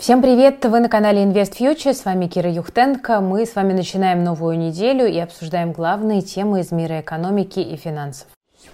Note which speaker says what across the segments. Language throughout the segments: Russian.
Speaker 1: Всем привет! Вы на канале Invest Future, с вами Кира Юхтенко. Мы с вами начинаем новую неделю и обсуждаем главные темы из мира экономики и финансов.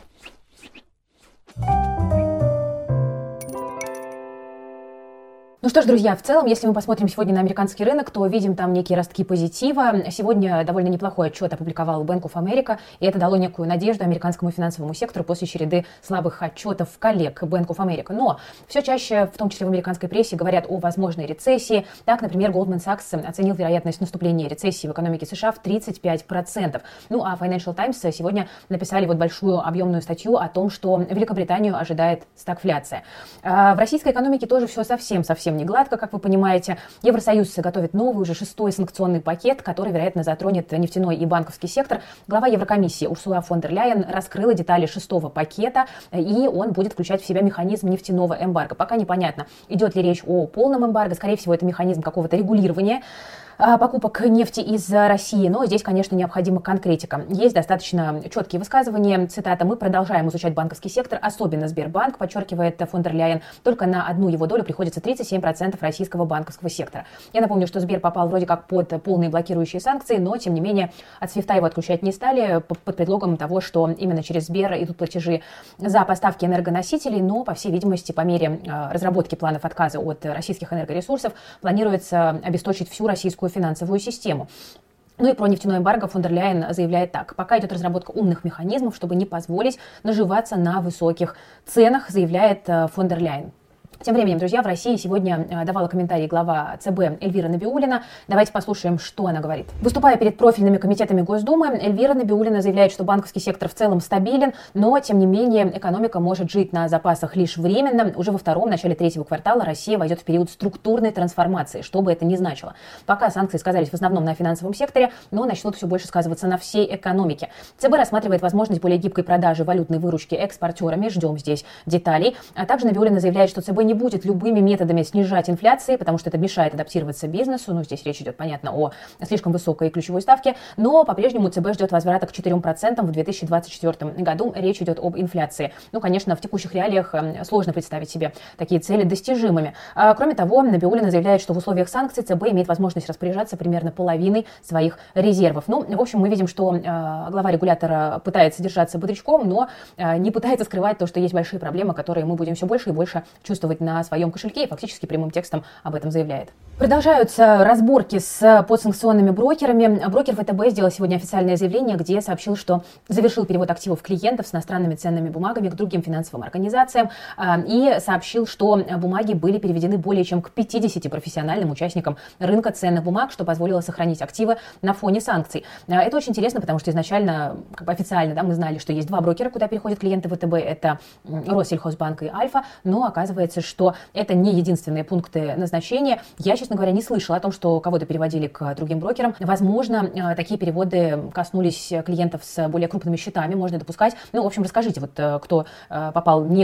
Speaker 1: Ну что ж, друзья, в целом, если мы посмотрим сегодня на американский рынок, то видим там некие ростки позитива. Сегодня довольно неплохой отчет опубликовал Bank of America, и это дало некую надежду американскому финансовому сектору после череды слабых отчетов коллег Bank of America. Но все чаще, в том числе в американской прессе, говорят о возможной рецессии. Так, например, Goldman Sachs оценил вероятность наступления рецессии в экономике США в 35%. Ну а Financial Times сегодня написали вот большую объемную статью о том, что Великобританию ожидает стагфляция. В российской экономике тоже все совсем не гладко, как вы понимаете. Евросоюз готовит новый, уже 6-й санкционный пакет, который, вероятно, затронет нефтяной и банковский сектор. Глава Еврокомиссии Урсула фон дер Ляйен раскрыла детали 6-го пакета, и он будет включать в себя механизм нефтяного эмбарго. Пока непонятно, идет ли речь о полном эмбарго. Скорее всего, это механизм какого-то регулирования покупок нефти из России, но здесь, конечно, необходима конкретика. Есть достаточно четкие высказывания, цитата: «Мы продолжаем изучать банковский сектор, особенно Сбербанк», подчеркивает фон дер Ляйен. Только на одну его долю приходится 37% российского банковского сектора. Я напомню, что Сбер попал вроде как под полные блокирующие санкции, но, тем не менее, от Свифта его отключать не стали под предлогом того, что именно через Сбер идут платежи за поставки энергоносителей, но, по всей видимости, по мере разработки планов отказа от российских энергоресурсов планируется обесточить всю российскую финансовую систему. Ну и про нефтяное эмбарго фон дер Ляйен заявляет так: «Пока идет разработка умных механизмов, чтобы не позволить наживаться на высоких ценах», заявляет фон дер Ляйен. Тем временем, друзья, в России сегодня давала комментарий глава ЦБ Эльвира Набиуллина. Давайте послушаем, что она говорит. Выступая перед профильными комитетами Госдумы, Эльвира Набиуллина заявляет, что банковский сектор в целом стабилен, но, тем не менее, экономика может жить на запасах лишь временно. Уже во втором, начале третьего квартала Россия войдет в период структурной трансформации, что бы это ни значило. Пока санкции сказались в основном на финансовом секторе, но начнут все больше сказываться на всей экономике. ЦБ рассматривает возможность более гибкой продажи валютной выручки экспортерами. Ждем здесь деталей. А также Набиуллина заявляет, что ЦБ не будет любыми методами снижать инфляции, потому что это мешает адаптироваться бизнесу. Ну, здесь речь идет, понятно, о слишком высокой ключевой ставке, но по-прежнему ЦБ ждет возврата к 4% в 2024 году. Речь идет об инфляции. Ну, конечно, в текущих реалиях сложно представить себе такие цели достижимыми. Кроме того, Набиуллина заявляет, что в условиях санкций ЦБ имеет возможность распоряжаться примерно половиной своих резервов. Ну, в общем, мы видим, что глава регулятора пытается держаться бодрячком, но не пытается скрывать то, что есть большие проблемы, которые мы будем все больше и больше чувствовать на своем кошельке, и фактически прямым текстом об этом заявляет. Продолжаются разборки с подсанкционными брокерами. Брокер ВТБ сделал сегодня официальное заявление, где сообщил, что завершил перевод активов клиентов с иностранными ценными бумагами к другим финансовым организациям, и сообщил, что бумаги были переведены более чем к 50 профессиональным участникам рынка ценных бумаг, что позволило сохранить активы на фоне санкций. Это очень интересно, потому что изначально, официально, мы знали, что есть два брокера, куда переходят клиенты ВТБ, это Россельхозбанк и Альфа, но оказывается, что это не единственные пункты назначения. Я, честно говоря, не слышала о том, что кого-то переводили к другим брокерам. Возможно, такие переводы коснулись клиентов с более крупными счетами, можно допускать. Ну, в общем, расскажите, вот кто попал не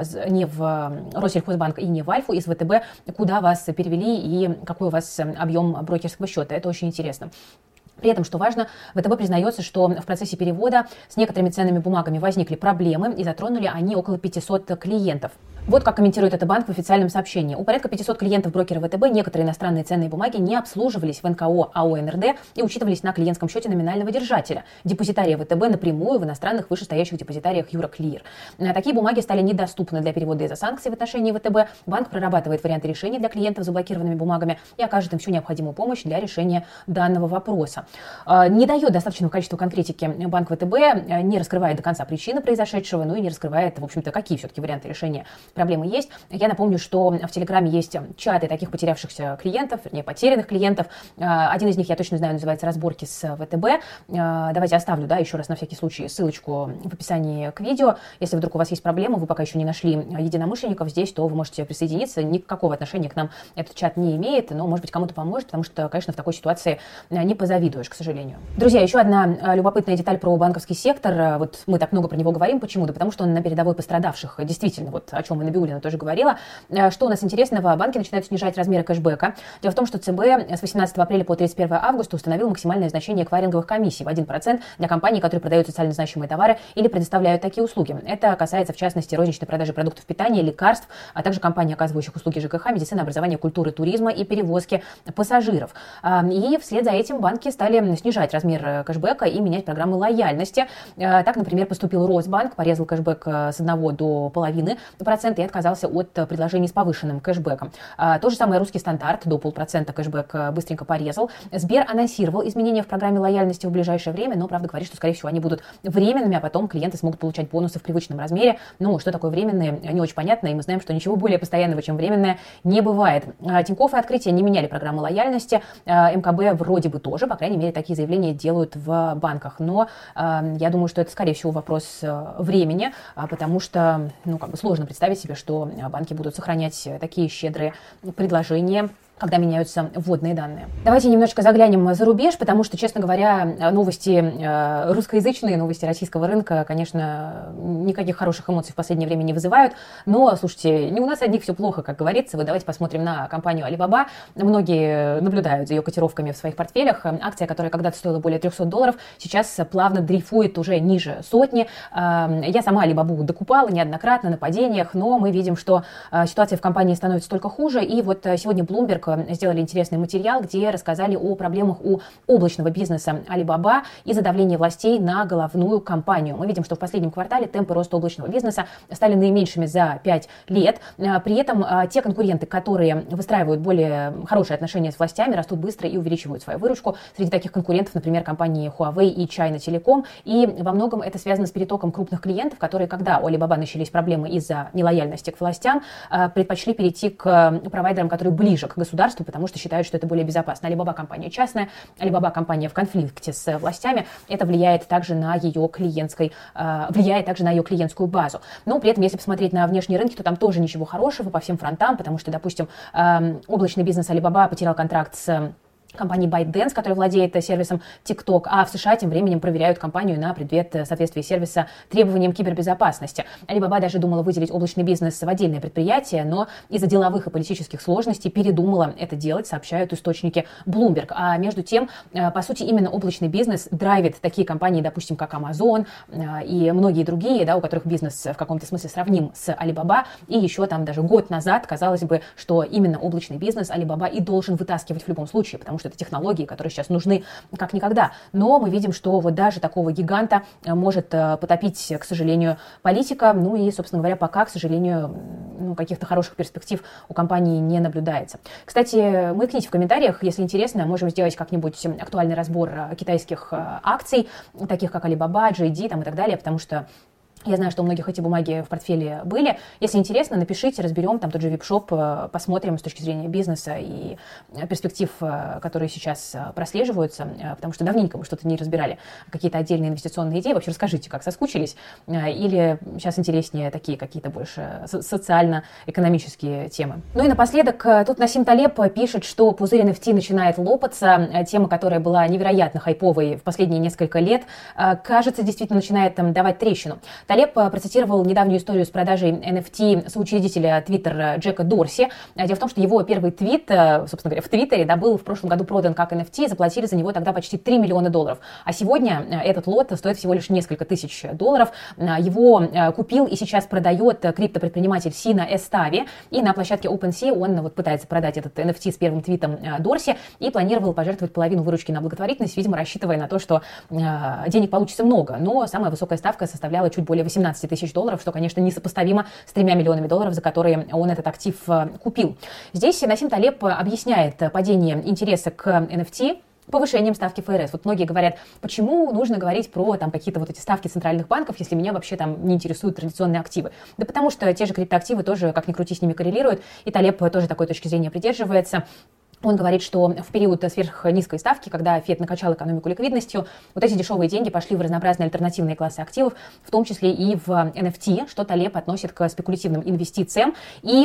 Speaker 1: в Россельхозбанк и не в Альфу из ВТБ, куда вас перевели и какой у вас объем брокерского счета. Это очень интересно. При этом, что важно, ВТБ признается, что в процессе перевода с некоторыми ценными бумагами возникли проблемы и затронули они около 500 клиентов. Вот как комментирует это банк в официальном сообщении. У порядка 500 клиентов брокера ВТБ некоторые иностранные ценные бумаги не обслуживались в НКО АО НРД и учитывались на клиентском счете номинального держателя, депозитария ВТБ, напрямую в иностранных вышестоящих депозитариях Юроклир. Такие бумаги стали недоступны для перевода из-за санкций в отношении ВТБ. Банк прорабатывает варианты решения для клиентов с заблокированными бумагами и окажет им всю необходимую помощь для решения данного вопроса. Не дает достаточного количества конкретики банк ВТБ, не раскрывает до конца причины произошедшего, ну и не раскрывает, в общем-то, какие все-таки варианты решения проблемы есть. Я напомню, что в Телеграме есть чаты таких потерявшихся клиентов, вернее, потерянных клиентов. Один из них, я точно знаю, называется «Разборки с ВТБ». Давайте оставлю, еще раз на всякий случай ссылочку в описании к видео. Если вдруг у вас есть проблемы, вы пока еще не нашли единомышленников здесь, то вы можете присоединиться. Никакого отношения к нам этот чат не имеет, но, может быть, кому-то поможет, потому что, конечно, в такой ситуации не позавидуешь, к сожалению. Друзья, еще одна любопытная деталь про банковский сектор. Вот мы так много про него говорим. Почему? Да потому что он на передовой пострадавших. Действительно, вот о чем вы Набиуллина тоже говорила. Что у нас интересного? Банки начинают снижать размеры кэшбэка. Дело в том, что ЦБ с 18 апреля по 31 августа установил максимальное значение эквайринговых комиссий в 1% для компаний, которые продают социально значимые товары или предоставляют такие услуги. Это касается, в частности, розничной продажи продуктов питания, лекарств, а также компаний, оказывающих услуги ЖКХ, медицины, образования, культуры, туризма и перевозки пассажиров. И вслед за этим банки стали снижать размер кэшбэка и менять программы лояльности. Так, например, поступил Росбанк, порезал кэшбэк с 1 до 0,5% и отказался от предложений с повышенным кэшбэком. То же самое Русский стандарт, до 0,5% кэшбэк быстренько порезал. Сбер анонсировал изменения в программе лояльности в ближайшее время, но, правда, говорит, что, скорее всего, они будут временными, а потом клиенты смогут получать бонусы в привычном размере. Ну, что такое временные, не очень понятно, и мы знаем, что ничего более постоянного, чем временное, не бывает. Тинькофф и Открытие не меняли программу лояльности, МКБ вроде бы тоже, по крайней мере, такие заявления делают в банках. Но я думаю, что это, скорее всего, вопрос времени, потому что, сложно представить себе, что банки будут сохранять такие щедрые предложения, когда меняются вводные данные. Давайте немножечко заглянем за рубеж, потому что, честно говоря, новости русскоязычные, новости российского рынка, конечно, никаких хороших эмоций в последнее время не вызывают. Но, слушайте, не у нас одних все плохо, как говорится. Вот давайте посмотрим на компанию Alibaba. Многие наблюдают за ее котировками в своих портфелях. Акция, которая когда-то стоила более $300, сейчас плавно дрейфует уже ниже сотни. Я сама Alibaba докупала неоднократно на падениях, но мы видим, что ситуация в компании становится только хуже. И вот сегодня Bloomberg сделали интересный материал, где рассказали о проблемах у облачного бизнеса Alibaba из-за давления властей на головную компанию. Мы видим, что в последнем квартале темпы роста облачного бизнеса стали наименьшими за 5 лет. При этом те конкуренты, которые выстраивают более хорошие отношения с властями, растут быстро и увеличивают свою выручку. Среди таких конкурентов, например, компании Huawei и China Telecom. И во многом это связано с перетоком крупных клиентов, которые, когда у Alibaba начались проблемы из-за нелояльности к властям, предпочли перейти к провайдерам, которые ближе к государству, потому что считают, что это более безопасно. Alibaba компания частная, Alibaba компания в конфликте с властями. Это влияет также на ее клиентскую базу. Но при этом, если посмотреть на внешние рынки, то там тоже ничего хорошего по всем фронтам, потому что, допустим, облачный бизнес Alibaba потерял контракт с компании ByteDance, которая владеет сервисом TikTok, а в США тем временем проверяют компанию на предмет соответствия сервиса требованиям кибербезопасности. Alibaba даже думала выделить облачный бизнес в отдельное предприятие, но из-за деловых и политических сложностей передумала это делать, сообщают источники Bloomberg. А между тем, по сути, именно облачный бизнес драйвит такие компании, допустим, как Amazon и многие другие, да, у которых бизнес в каком-то смысле сравним с Alibaba. И еще там даже год назад казалось бы, что именно облачный бизнес Alibaba и должен вытаскивать в любом случае, потому что это технологии, которые сейчас нужны как никогда. Но мы видим, что вот даже такого гиганта может потопить, к сожалению, политика. Ну и, собственно говоря, пока, к сожалению, каких-то хороших перспектив у компании не наблюдается. Кстати, маякните в комментариях, если интересно, можем сделать как-нибудь актуальный разбор китайских акций, таких как Alibaba, JD там, и так далее, потому что я знаю, что у многих эти бумаги в портфеле были. Если интересно, напишите, разберем там тот же вип-шоп, посмотрим с точки зрения бизнеса и перспектив, которые сейчас прослеживаются, потому что давненько мы что-то не разбирали, какие-то отдельные инвестиционные идеи. Вообще расскажите, как соскучились, или сейчас интереснее такие какие-то больше социально-экономические темы. Ну и напоследок, тут Насим Талеб пишет, что пузырь NFT начинает лопаться. Тема, которая была невероятно хайповой в последние несколько лет, кажется, действительно начинает давать трещину. Талеб процитировал недавнюю историю с продажей NFT соучредителя Twitter Джека Дорси. Дело в том, что его первый твит, собственно говоря, в Твиттере, был в прошлом году продан как NFT, заплатили за него тогда почти $3 миллиона. А сегодня этот лот стоит всего лишь несколько тысяч долларов. Его купил и сейчас продает криптопредприниматель Сина Эстави. И на площадке OpenSea он пытается продать этот NFT с первым твитом Дорси и планировал пожертвовать половину выручки на благотворительность, видимо, рассчитывая на то, что денег получится много. Но самая высокая ставка составляла чуть более $18 тысяч, что, конечно, несопоставимо с $3 миллионами, за которые он этот актив купил. Здесь Насим Талеб объясняет падение интереса к NFT повышением ставки ФРС. Вот многие говорят, почему нужно говорить про какие-то эти ставки центральных банков, если меня вообще не интересуют традиционные активы. Да потому что те же криптоактивы тоже, как ни крути, с ними коррелируют, и Талеб тоже такой точки зрения придерживается. Он говорит, что в период сверхнизкой ставки, когда Фед накачал экономику ликвидностью, вот эти дешевые деньги пошли в разнообразные альтернативные классы активов, в том числе и в NFT, что Талеб относит к спекулятивным инвестициям. И,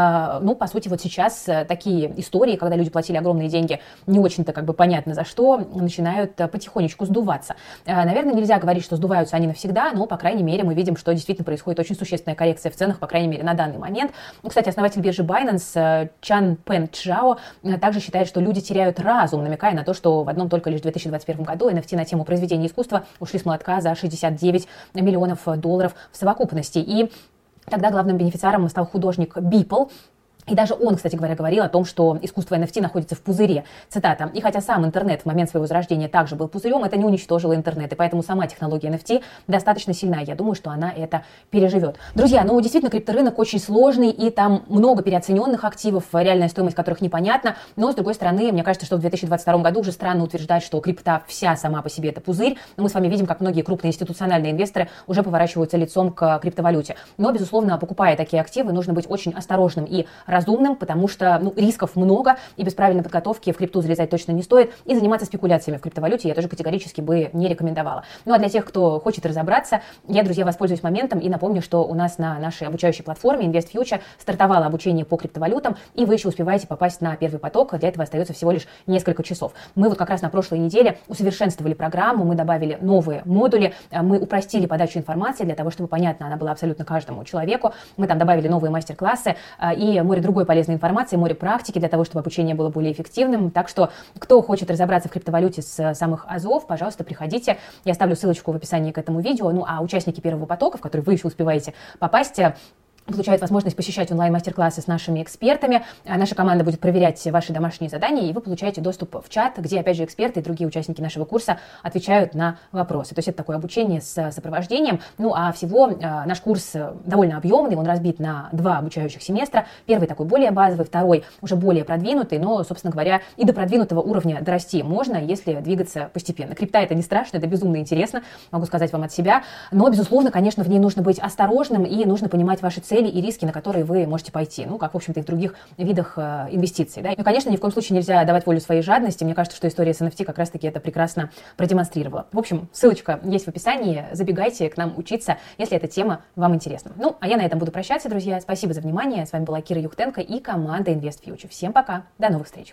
Speaker 1: по сути, вот сейчас такие истории, когда люди платили огромные деньги, не очень-то как бы понятно за что, начинают потихонечку сдуваться. Наверное, нельзя говорить, что сдуваются они навсегда, но, по крайней мере, мы видим, что действительно происходит очень существенная коррекция в ценах, по крайней мере, на данный момент. Кстати, основатель биржи Binance Чан Пен Чжао также считает, что люди теряют разум, намекая на то, что в одном только лишь 2021 году NFT на тему произведения искусства ушли с молотка за 69 миллионов долларов в совокупности. И тогда главным бенефициаром стал художник Beeple. И даже он, кстати говоря, говорил о том, что искусство NFT находится в пузыре. Цитата. «И хотя сам интернет в момент своего зарождения также был пузырем, это не уничтожило интернет. И поэтому сама технология NFT достаточно сильна. Я думаю, что она это переживет». Друзья, действительно, крипторынок очень сложный, и там много переоцененных активов, реальная стоимость которых непонятна. Но, с другой стороны, мне кажется, что в 2022 году уже странно утверждать, что крипта вся сама по себе это пузырь. Но мы с вами видим, как многие крупные институциональные инвесторы уже поворачиваются лицом к криптовалюте. Но, безусловно, покупая такие активы, нужно быть очень осторожным и разумным, потому что рисков много, и без правильной подготовки в крипту залезать точно не стоит, и заниматься спекуляциями в криптовалюте я тоже категорически бы не рекомендовала. А для тех, кто хочет разобраться, я, друзья, воспользуюсь моментом и напомню, что у нас на нашей обучающей платформе InvestFuture стартовало обучение по криптовалютам, и вы еще успеваете попасть на первый поток, для этого остается всего лишь несколько часов. Мы вот как раз на прошлой неделе усовершенствовали программу, мы добавили новые модули, мы упростили подачу информации для того, чтобы понятно она была абсолютно каждому человеку, мы там добавили новые мастер-классы и море другой полезной информации, море практики для того, чтобы обучение было более эффективным. Так что, кто хочет разобраться в криптовалюте с самых азов, пожалуйста, приходите. Я оставлю ссылочку в описании к этому видео. А участники первого потока, в который вы еще успеваете попасть, получают возможность посещать онлайн-мастер-классы с нашими экспертами. Наша команда будет проверять ваши домашние задания, и вы получаете доступ в чат, где, опять же, эксперты и другие участники нашего курса отвечают на вопросы. То есть это такое обучение с сопровождением. А всего наш курс довольно объемный, он разбит на 2 обучающих семестра. Первый такой более базовый, второй уже более продвинутый, но, собственно говоря, и до продвинутого уровня дорасти можно, если двигаться постепенно. Крипта — это не страшно, это безумно интересно, могу сказать вам от себя. Но, безусловно, конечно, в ней нужно быть осторожным, и нужно понимать ваши цели и риски, на которые вы можете пойти, как, в общем-то, и в других видах инвестиций. Да? Конечно, ни в коем случае нельзя давать волю своей жадности. Мне кажется, что история с NFT как раз-таки это прекрасно продемонстрировала. В общем, ссылочка есть в описании. Забегайте к нам учиться, если эта тема вам интересна. А я на этом буду прощаться, друзья. Спасибо за внимание. С вами была Кира Юхтенко и команда InvestFuture. Всем пока. До новых встреч.